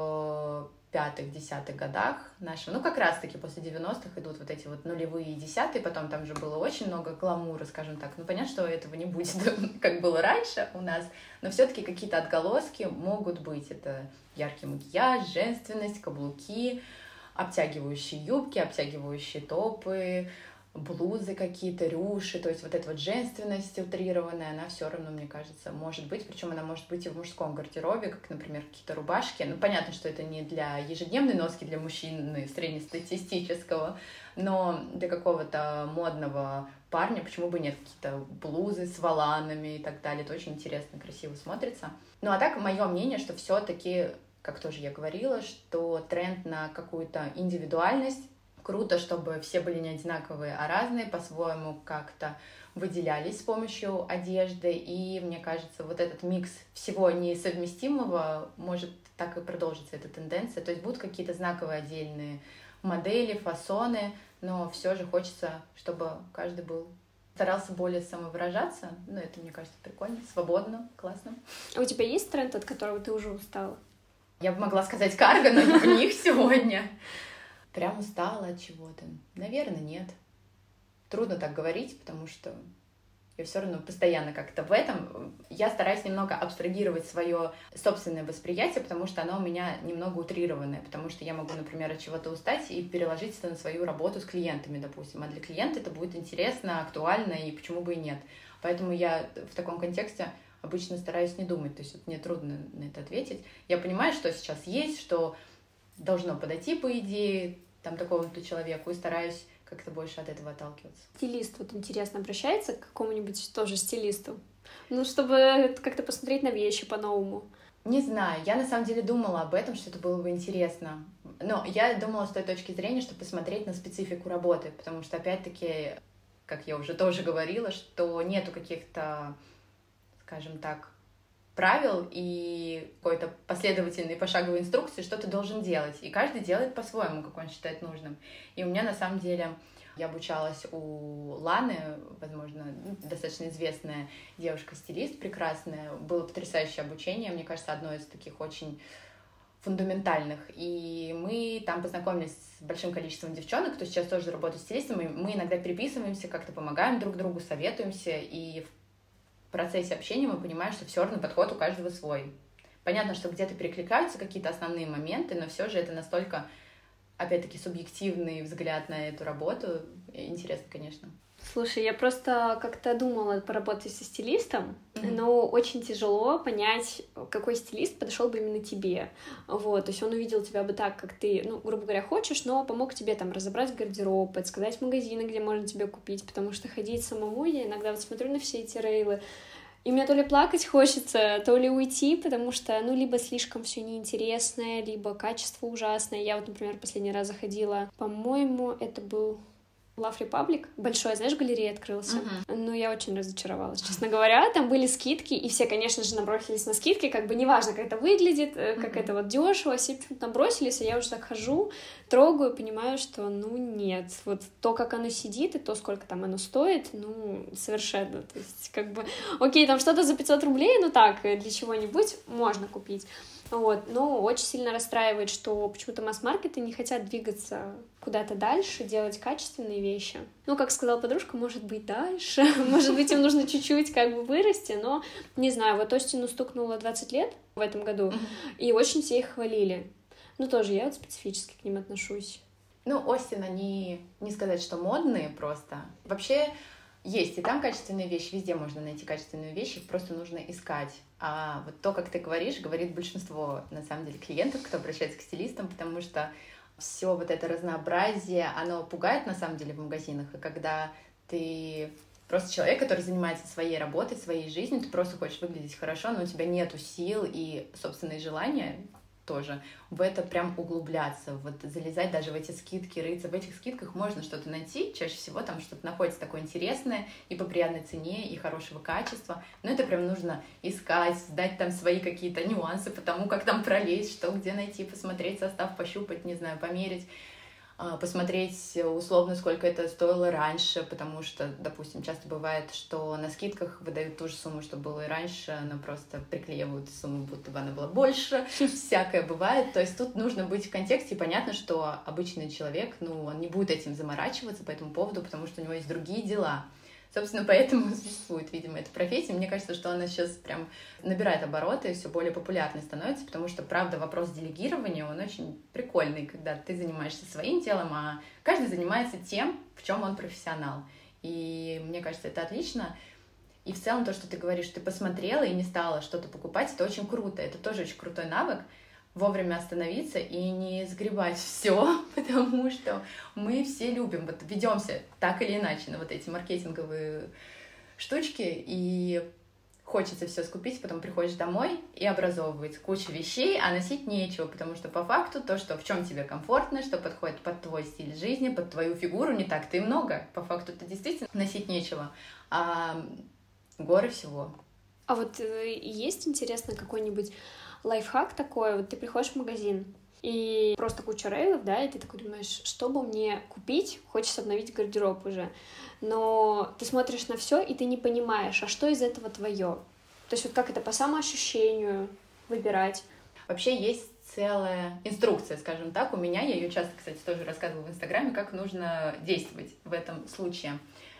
в пятых-десятых годах нашего. Ну, как раз-таки после девяностых идут вот эти вот нулевые и десятые, потом там же было очень много гламура, скажем так. Ну, понятно, что этого не будет, как было раньше у нас, но все-таки какие-то отголоски могут быть. Это яркий макияж, женственность, каблуки, обтягивающие юбки, обтягивающие топы, блузы какие-то, рюши, то есть вот эта вот женственность утрированная, она все равно, мне кажется, может быть, причем она может быть и в мужском гардеробе, как, например, какие-то рубашки. Ну, понятно, что это не для ежедневной носки для мужчины среднестатистического, но для какого-то модного парня, почему бы нет, какие-то блузы с воланами и так далее, это очень интересно, красиво смотрится. Ну, а так, мое мнение, что все-таки, как тоже я говорила, что тренд на какую-то индивидуальность. Круто, чтобы все были не одинаковые, а разные, по-своему как-то выделялись с помощью одежды. И мне кажется, вот этот микс всего несовместимого может так и продолжиться, эта тенденция. То есть будут какие-то знаковые отдельные модели, фасоны, но все же хочется, чтобы каждый был старался более самовыражаться. Ну, это, мне кажется, прикольно, свободно, классно. А у тебя есть тренд, от которого ты уже устала? Я бы могла сказать карго, но не в них сегодня. Прям устала от чего-то? Наверное, нет. Трудно так говорить, потому что я все равно постоянно как-то в этом. Я стараюсь немного абстрагировать свое собственное восприятие, потому что оно у меня немного утрированное, потому что я могу, например, от чего-то устать и переложить это на свою работу с клиентами, допустим. А для клиента это будет интересно, актуально, и почему бы и нет. Поэтому я в таком контексте обычно стараюсь не думать, то есть вот мне трудно на это ответить. Я понимаю, что сейчас есть, что должно подойти, по идее, там, такому-то человеку, и стараюсь как-то больше от этого отталкиваться. Стилист, вот интересно, обращается к какому-нибудь тоже стилисту? Ну, чтобы как-то посмотреть на вещи по-новому. Не знаю, я на самом деле думала об этом, что это было бы интересно. Но я думала с той точки зрения, чтобы посмотреть на специфику работы, потому что, опять-таки, как я уже тоже говорила, что нету каких-то, скажем так, правил и какой-то последовательной пошаговой инструкции, что ты должен делать. И каждый делает по-своему, как он считает нужным. И у меня, на самом деле, я обучалась у Ланы, возможно, достаточно известная девушка-стилист, прекрасная. Было потрясающее обучение, мне кажется, одно из таких очень фундаментальных. И мы там познакомились с большим количеством девчонок, кто сейчас тоже работает стилистом, и мы иногда переписываемся, как-то помогаем друг другу, советуемся, и в процессе общения мы понимаем, что все равно подход у каждого свой. Понятно, что где-то перекликаются какие-то основные моменты, но все же это настолько, опять-таки, субъективный взгляд на эту работу. Интересно, конечно. Слушай, я просто как-то думала поработать со стилистом, Mm-hmm. но очень тяжело понять, какой стилист подошел бы именно тебе. Вот, то есть он увидел тебя бы так, как ты, ну, грубо говоря, хочешь, но помог тебе там разобрать гардероб, подсказать магазины, где можно тебе купить, потому что ходить самому, я иногда вот смотрю на все эти рейлы, и мне то ли плакать хочется, то ли уйти, потому что, ну, либо слишком все неинтересное, либо качество ужасное. Я вот, например, последний раз заходила, по-моему, это был Love Republic, большой, знаешь, галерея открылся. Uh-huh. Ну, я очень разочаровалась, честно говоря. Там были скидки, и все, конечно же, набросились на скидки, как бы неважно, как это выглядит, uh-huh. как это вот дешево, все почему-то набросились, и я уже так хожу, трогаю, понимаю, что, ну, нет, вот то, как оно сидит, и то, сколько там оно стоит, ну, совершенно, то есть, как бы, окей, там что-то за пятьсот рублей, ну, так, для чего-нибудь можно купить. Вот, но очень сильно расстраивает, что почему-то масс-маркеты не хотят двигаться куда-то дальше, делать качественные вещи. Ну, как сказала подружка, может быть, дальше, может быть, им нужно чуть-чуть как бы вырасти, но, не знаю, вот Остину стукнуло двадцать лет в этом году, и очень все их хвалили. Ну, тоже я вот специфически к ним отношусь. Ну, Остин, они, не сказать, что модные просто. Вообще, есть и там качественные вещи, везде можно найти качественные вещи, их просто нужно искать. А вот то, как ты говоришь, говорит большинство, на самом деле, клиентов, кто обращается к стилистам, потому что все вот это разнообразие, оно пугает, на самом деле, в магазинах. И когда ты просто человек, который занимается своей работой, своей жизнью, ты просто хочешь выглядеть хорошо, но у тебя нету сил и собственные желания тоже в это прям углубляться, вот залезать даже в эти скидки, рыться. В этих скидках можно что-то найти, чаще всего там что-то находится такое интересное и по приятной цене, и хорошего качества, но это прям нужно искать, сдать там свои какие-то нюансы по тому, как там пролезть, что где найти, посмотреть состав, пощупать, не знаю, померить, посмотреть условно, сколько это стоило раньше, потому что, допустим, часто бывает, что на скидках выдают ту же сумму, что было и раньше, но просто приклеивают сумму, будто бы она была больше, всякое бывает, то есть тут нужно быть в контексте, и понятно, что обычный человек, ну, он не будет этим заморачиваться по этому поводу, потому что у него есть другие дела. Собственно, поэтому существует, видимо, эта профессия. Мне кажется, что она сейчас прям набирает обороты и все более популярной становится, потому что, правда, вопрос делегирования, он очень прикольный, когда ты занимаешься своим делом, а каждый занимается тем, в чем он профессионал. И мне кажется, это отлично. И в целом то, что ты говоришь, ты посмотрела и не стала что-то покупать, это очень круто. Это тоже очень крутой навык. Вовремя остановиться и не сгребать все, потому что мы все любим, вот ведемся так или иначе на вот эти маркетинговые штучки, и хочется все скупить, потом приходишь домой и образовывается куча вещей, а носить нечего, потому что по факту то, что в чем тебе комфортно, что подходит под твой стиль жизни, под твою фигуру, не так-то и много. По факту это действительно носить нечего, а горы всего. А вот э, есть, интересно, какой-нибудь лайфхак такой, вот ты приходишь в магазин, и просто куча рейлов, да, и ты такой думаешь, что бы мне купить, хочешь обновить гардероб уже, но ты смотришь на все и ты не понимаешь, а что из этого твое? То есть вот как это по самоощущению выбирать? Вообще есть целая инструкция, скажем так, у меня, я ее часто, кстати, тоже рассказывала в Инстаграме, как нужно действовать в этом случае.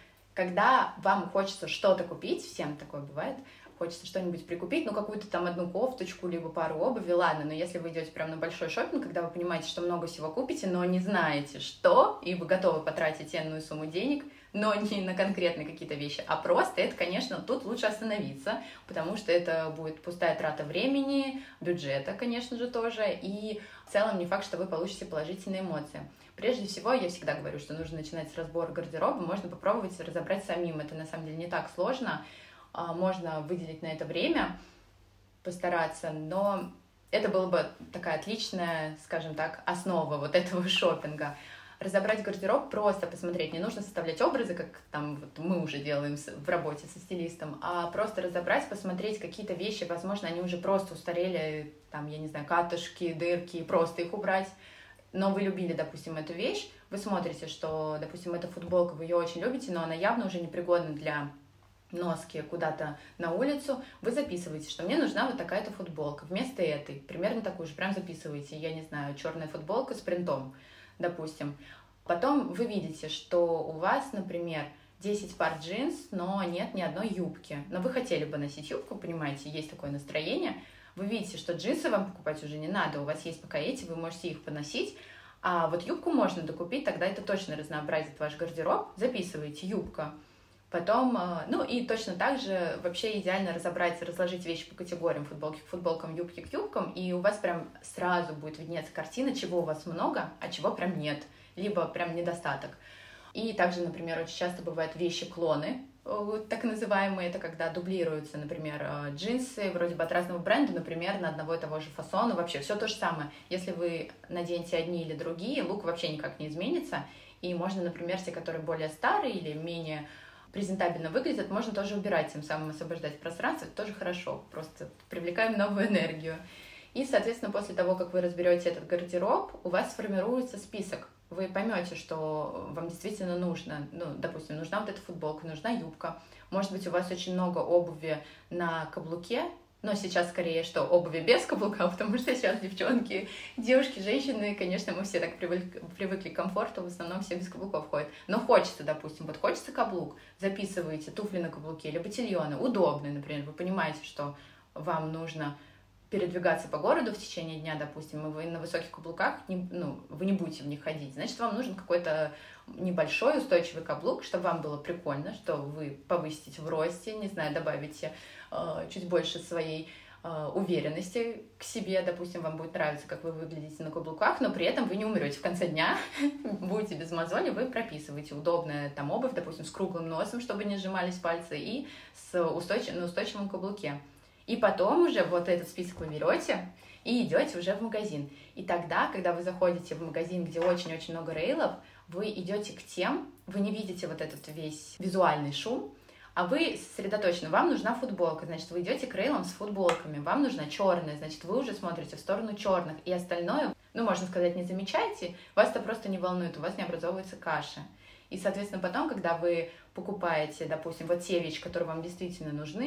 Когда вам хочется что-то купить, всем такое бывает, хочется что-нибудь прикупить, ну, какую-то там одну кофточку, либо пару обуви, ладно, но если вы идете прям на большой шопинг, когда вы понимаете, что много всего купите, но не знаете, что, и вы готовы потратить энную сумму денег, но не на конкретные какие-то вещи, а просто это, конечно, тут лучше остановиться, потому что это будет пустая трата времени, бюджета, конечно же, тоже, и в целом не факт, что вы получите положительные эмоции. Прежде всего, я всегда говорю, что нужно начинать с разбора гардероба, можно попробовать разобрать самим, это на самом деле не так сложно, можно выделить на это время, постараться, но это была бы такая отличная, скажем так, основа вот этого шопинга. Разобрать гардероб, просто посмотреть, не нужно составлять образы, как там вот мы уже делаем в работе со стилистом, а просто разобрать, посмотреть какие-то вещи, возможно, они уже просто устарели, там, я не знаю, катышки, дырки, просто их убрать. Но вы любили, допустим, эту вещь, вы смотрите, что, допустим, эта футболка, вы ее очень любите, но она явно уже непригодна для носки куда-то на улицу, вы записываете, что мне нужна вот такая-то футболка. Вместо этой, примерно такую же, прям записываете, я не знаю, черная футболка с принтом, допустим. Потом вы видите, что у вас, например, десять пар джинс, но нет ни одной юбки. Но вы хотели бы носить юбку, понимаете, есть такое настроение. Вы видите, что джинсы вам покупать уже не надо, у вас есть пока эти, вы можете их поносить. А вот юбку можно докупить, тогда это точно разнообразит ваш гардероб. Записываете юбка. Потом, ну и точно так же вообще идеально разобрать, разложить вещи по категориям, футболки к футболкам, юбки к юбкам, и у вас прям сразу будет виднеться картина, чего у вас много, а чего прям нет, либо прям недостаток. И также, например, очень часто бывают вещи-клоны, так называемые, это когда дублируются, например, джинсы вроде бы от разного бренда, например, на одного и того же фасона, вообще все то же самое. Если вы наденете одни или другие, лук вообще никак не изменится, и можно, например, те, которые более старые или менее презентабельно выглядят, можно тоже убирать, тем самым освобождать пространство, это тоже хорошо, просто привлекаем новую энергию. И, соответственно, после того, как вы разберете этот гардероб, у вас сформируется список. Вы поймете, что вам действительно нужно, ну, допустим, нужна вот эта футболка, нужна юбка, может быть, у вас очень много обуви на каблуке, но сейчас скорее, что обуви без каблука, потому что сейчас девчонки, девушки, женщины, конечно, мы все так привыкли, привыкли к комфорту, в основном все без каблуков ходят. Но хочется, допустим, вот хочется каблук, записываете туфли на каблуке или ботильоны, удобные, например, вы понимаете, что вам нужно передвигаться по городу в течение дня, допустим, и вы на высоких каблуках, не, ну, вы не будете в них ходить, значит, вам нужен какой-то небольшой устойчивый каблук, чтобы вам было прикольно, что вы повысите в росте, не знаю, добавите э, чуть больше своей э, уверенности к себе, допустим, вам будет нравиться, как вы выглядите на каблуках, но при этом вы не умрете в конце дня, будете без мозоли, вы прописываете удобная там обувь, допустим, с круглым носом, чтобы не сжимались пальцы, и с устойчив, на устойчивом каблуке. И потом уже вот этот список вы берете и идете уже в магазин. И тогда, когда вы заходите в магазин, где очень-очень много рейлов, вы идете к тем, вы не видите вот этот весь визуальный шум, а вы сосредоточены, вам нужна футболка, значит, вы идете к рейлам с футболками, вам нужна черная, значит, вы уже смотрите в сторону черных, и остальное, ну, можно сказать, не замечаете, вас это просто не волнует, у вас не образовывается каша. И, соответственно, потом, когда вы покупаете, допустим, вот те вещи, которые вам действительно нужны,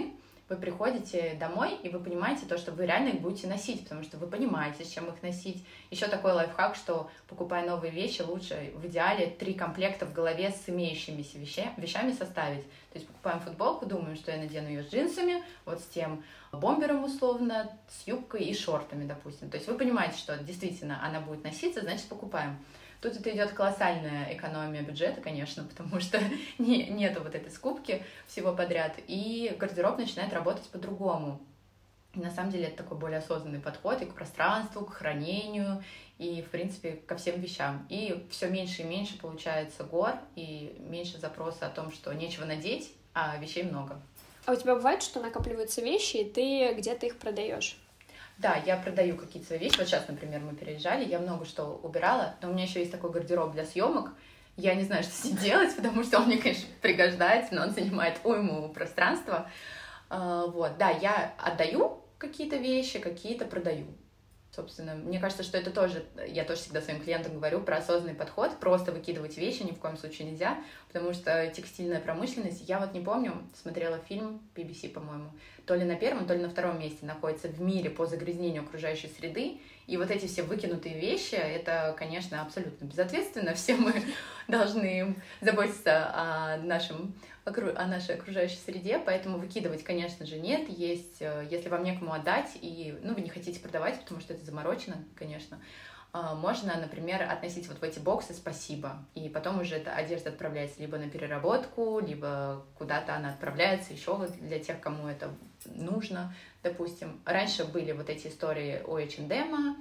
вы приходите домой, и вы понимаете то, что вы реально их будете носить, потому что вы понимаете, с чем их носить. Еще такой лайфхак, что, покупая новые вещи, лучше в идеале три комплекта в голове с имеющимися вещами, вещами составить. То есть покупаем футболку, думаем, что я надену ее с джинсами, вот с тем бомбером условно, с юбкой и шортами, допустим. То есть вы понимаете, что действительно она будет носиться, значит, покупаем. Тут это идет колоссальная экономия бюджета, конечно, потому что не, нету вот этой скупки всего подряд, и гардероб начинает работать по-другому. И на самом деле это такой более осознанный подход и к пространству, к хранению, и, в принципе, ко всем вещам. И все меньше и меньше получается гор, и меньше запроса о том, что нечего надеть, а вещей много. А у тебя бывает, что накапливаются вещи, и ты где-то их продаешь? Да, я продаю какие-то свои вещи. Вот сейчас, например, мы переезжали, я много что убирала, но у меня еще есть такой гардероб для съемок. Я не знаю, что с ним делать, потому что он мне, конечно, пригождается, но он занимает уйму пространства. Вот, да, я отдаю какие-то вещи, какие-то продаю. Собственно, мне кажется, что это тоже, я тоже всегда своим клиентам говорю про осознанный подход, просто выкидывать вещи ни в коем случае нельзя, потому что текстильная промышленность, я вот не помню, смотрела фильм би би си, по-моему, то ли на первом, то ли на втором месте находится в мире по загрязнению окружающей среды, и вот эти все выкинутые вещи, это, конечно, абсолютно безответственно, все мы должны заботиться о нашем о нашей окружающей среде, поэтому выкидывать, конечно же, нет. Есть, если вам некому отдать, и ну, вы не хотите продавать, потому что это заморочено, конечно, можно, например, относить вот в эти боксы «спасибо», и потом уже эта одежда отправляется либо на переработку, либо куда-то она отправляется еще для тех, кому это нужно, допустим. Раньше были вот эти истории у эйч энд эм,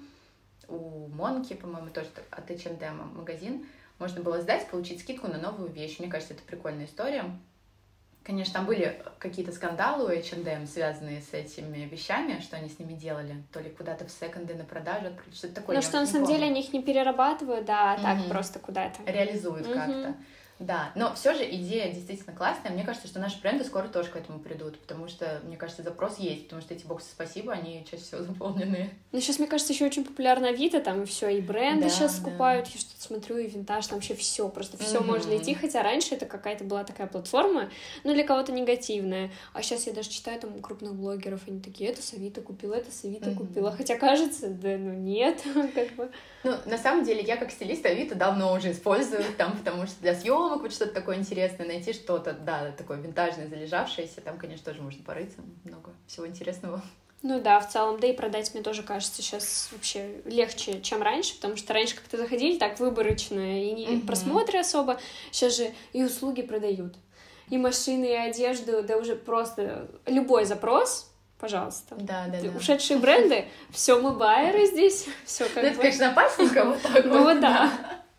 у Монки, по-моему, тоже от эйч энд эм магазин. Можно было сдать, получить скидку на новую вещь. Мне кажется, это прикольная история. Конечно, там были какие-то скандалы у эйч энд эм, связанные с этими вещами, что они с ними делали, то ли куда-то в секонды на продажу, что-то такое. Ну, что на самом деле они их не перерабатывают, да, а так mm-hmm. просто куда-то. Реализуют mm-hmm. как-то. Да, но все же идея действительно классная. Мне кажется, что наши бренды скоро тоже к этому придут, потому что, мне кажется, запрос есть, потому что эти боксы «спасибо», они чаще всего заполнены. Ну, сейчас, мне кажется, еще очень популярна Авито, там и все, и бренды да, сейчас да. скупают, я что-то смотрю, и винтаж, там вообще все, просто все mm-hmm. можно найти, хотя раньше это какая-то была такая платформа, ну, для кого-то негативная, а сейчас я даже читаю там крупных блогеров, они такие, это с Авито купила, это с Авито mm-hmm. купила, хотя кажется, да, ну, нет, как бы. Ну, на самом деле, я как стилист Авито давно уже использую, там, потому что для съемок вот что-то такое интересное, найти что-то, да, такое винтажное, залежавшееся, там, конечно, тоже можно порыться, много всего интересного. Ну да, в целом, да и продать, мне тоже кажется, сейчас вообще легче, чем раньше, потому что раньше как-то заходили так выборочно, и не uh-huh. просмотры особо, сейчас же и услуги продают, и машины, и одежду, да уже просто любой запрос, пожалуйста. Да, да, да. Ушедшие бренды, все мы байеры здесь, все как бы. Это, конечно, опасненько вот так вот. Ну да.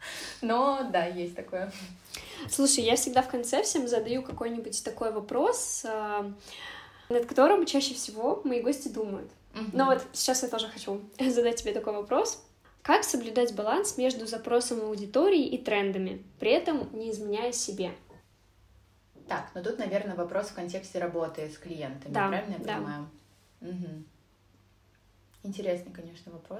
Но да, есть такое. Слушай, я всегда в конце всем задаю какой-нибудь такой вопрос, над которым чаще всего мои гости думают. Uh-huh. Но вот сейчас я тоже хочу задать тебе такой вопрос. Как соблюдать баланс между запросом аудитории и трендами, при этом не изменяя себе? Так, ну тут, наверное, вопрос в контексте работы с клиентами, да, правильно я да. понимаю? Угу. Интересный, конечно, вопрос.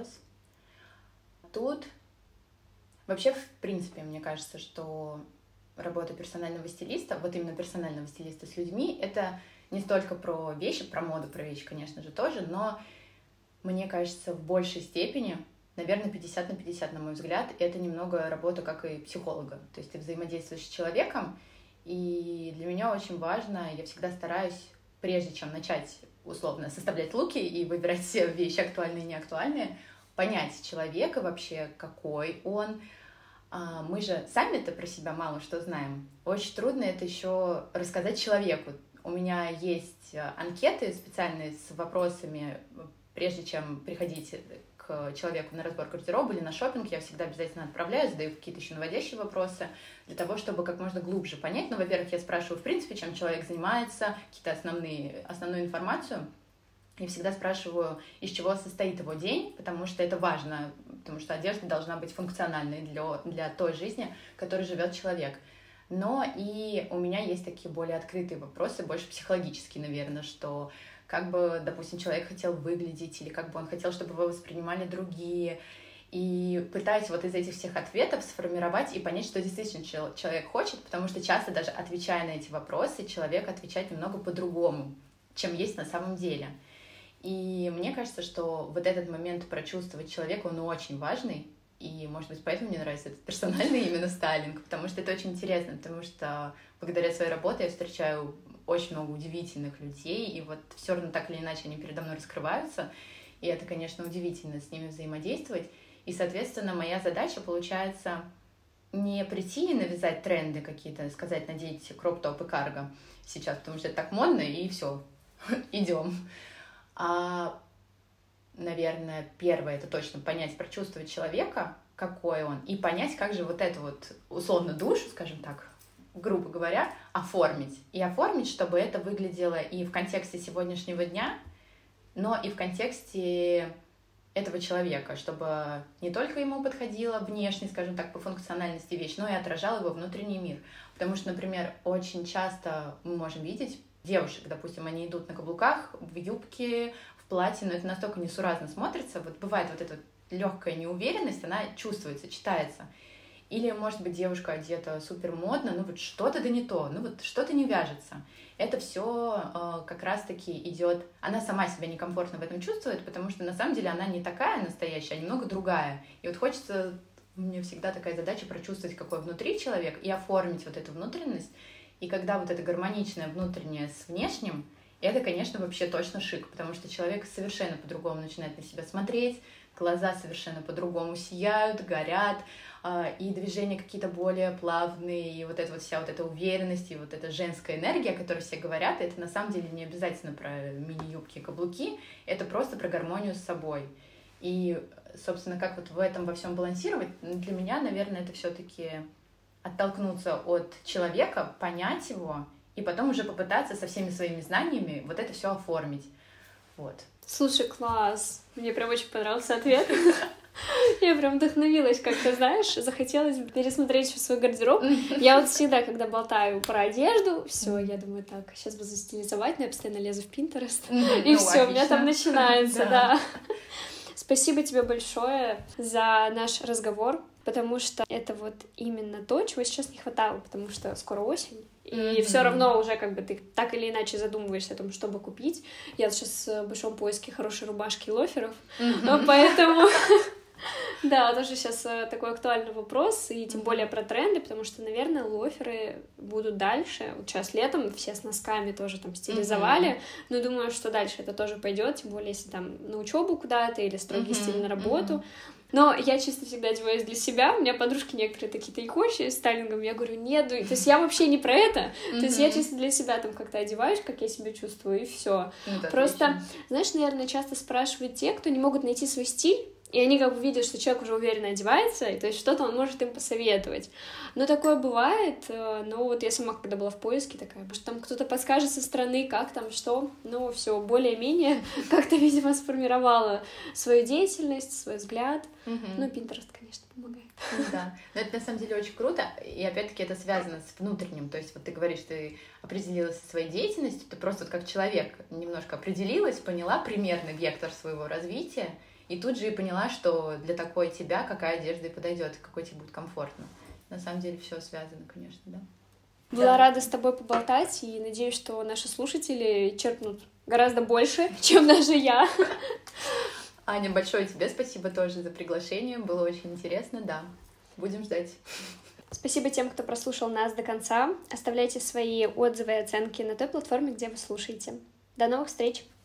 Тут вообще, в принципе, мне кажется, что работа персонального стилиста, вот именно персонального стилиста с людьми, это не столько про вещи, про моду, про вещи, конечно же, тоже, но мне кажется, в большей степени, наверное, пятьдесят на пятьдесят, на мой взгляд, это немного работа как и психолога. То есть ты взаимодействуешь с человеком, и для меня очень важно, я всегда стараюсь, прежде чем начать условно составлять луки и выбирать все вещи актуальные и неактуальные, понять человека вообще, какой он. Мы же сами-то про себя мало что знаем. Очень трудно это еще рассказать человеку. У меня есть анкеты специальные с вопросами, прежде чем приходить к человеку на разбор гардероба или на шопинг, я всегда обязательно отправляю, задаю какие-то еще наводящие вопросы для того, чтобы как можно глубже понять. Ну, во-первых, я спрашиваю, в принципе, чем человек занимается, какие-то основные, основную информацию. Я всегда спрашиваю, из чего состоит его день, потому что это важно, потому что одежда должна быть функциональной для, для той жизни, в которой живет человек. Но и у меня есть такие более открытые вопросы, больше психологические, наверное, что как бы, допустим, человек хотел выглядеть, или как бы он хотел, чтобы его воспринимали другие. И пытаюсь вот из этих всех ответов сформировать и понять, что действительно человек хочет, потому что часто даже отвечая на эти вопросы, человек отвечает немного по-другому, чем есть на самом деле. И мне кажется, что вот этот момент прочувствовать человека, он очень важный, и, может быть, поэтому мне нравится этот персональный именно стайлинг, потому что это очень интересно, потому что благодаря своей работе я встречаю очень много удивительных людей, и вот все равно так или иначе они передо мной раскрываются, и это, конечно, удивительно с ними взаимодействовать. И, соответственно, моя задача получается не прийти и навязать тренды какие-то, сказать, надеть кроп-топ и карго сейчас, потому что это так модно, и все, идем. А, наверное, первое — это точно понять, прочувствовать человека, какой он, и понять, как же вот эту вот, условно, душу, скажем так, грубо говоря, оформить. И оформить, чтобы это выглядело и в контексте сегодняшнего дня, но и в контексте этого человека, чтобы не только ему подходила внешне, скажем так, по функциональности вещь, но и отражала его внутренний мир. Потому что, например, очень часто мы можем видеть девушек, допустим, они идут на каблуках, в юбке, в платье, но это настолько несуразно смотрится. Вот бывает вот эта легкая неуверенность, она чувствуется, читается. Или, может быть, девушка одета супер модно, ну вот что-то да не то, ну вот что-то не вяжется. Это все э, как раз-таки идет, она сама себя некомфортно в этом чувствует, потому что на самом деле она не такая настоящая, а немного другая. И вот хочется, у меня всегда такая задача прочувствовать, какой внутри человек, и оформить вот эту внутренность. И когда вот это гармоничное внутреннее с внешним, это, конечно, вообще точно шик, потому что человек совершенно по-другому начинает на себя смотреть, глаза совершенно по-другому сияют, горят, и движения какие-то более плавные, и вот эта вот вся вот эта уверенность, и вот эта женская энергия, о которой все говорят, это на самом деле не обязательно про мини-юбки и каблуки, это просто про гармонию с собой. И, собственно, как вот в этом во всем балансировать, для меня, наверное, это все-таки оттолкнуться от человека, понять его, и потом уже попытаться со всеми своими знаниями вот это все оформить. Вот. Слушай, класс! Мне прям очень понравился ответ. Я прям вдохновилась, как-то, знаешь, захотелось пересмотреть еще свой гардероб. Я вот всегда, когда болтаю про одежду, все, я думаю, так, сейчас бы застилизовать, но я постоянно лезу в Pinterest, и ну, все, у меня там начинается, да. да. Спасибо тебе большое за наш разговор, потому что это вот именно то, чего сейчас не хватало, потому что скоро осень, и mm-hmm. все равно уже как бы ты так или иначе задумываешься о том, чтобы купить. Я сейчас в большом поиске хорошей рубашки и лоферов, mm-hmm. поэтому... Да, тоже сейчас такой актуальный вопрос, и тем более про тренды, потому что, наверное, лоферы будут дальше. Вот сейчас летом все с носками тоже там стилизовали, mm-hmm. но думаю, что дальше это тоже пойдет, тем более, если там на учебу куда-то или строгий mm-hmm. стиль на работу. Mm-hmm. Но я чисто всегда одеваюсь для себя. У меня подружки некоторые такие тайкущие с стайлингом. Я говорю, нет, то есть я вообще не про это. Mm-hmm. То есть я чисто для себя там как-то одеваюсь, как я себя чувствую, и все. Mm-hmm. Просто, знаешь, наверное, часто спрашивают те, кто не могут найти свой стиль, и они как бы видят, что человек уже уверенно одевается, и то есть что-то он может им посоветовать. Но такое бывает, но вот я сама, когда была в поиске, такая, может, там кто-то подскажет со стороны, как там, что, ну, все более-менее как-то, видимо, сформировала свою деятельность, свой взгляд. Mm-hmm. Ну, Pinterest, конечно, помогает. Ну, да, но это на самом деле очень круто, и опять-таки это связано с внутренним, то есть вот ты говоришь, ты определилась со своей деятельностью, ты просто вот как человек немножко определилась, поняла примерный вектор своего развития, и тут же и поняла, что для такой тебя какая одежда и подойдет, какой тебе будет комфортно. На самом деле все связано, конечно, да. Была да. рада с тобой поболтать, и надеюсь, что наши слушатели черпнут гораздо больше, чем даже я. Аня, большое тебе спасибо тоже за приглашение, было очень интересно, да. Будем ждать. Спасибо тем, кто прослушал нас до конца. Оставляйте свои отзывы и оценки на той платформе, где вы слушаете. До новых встреч!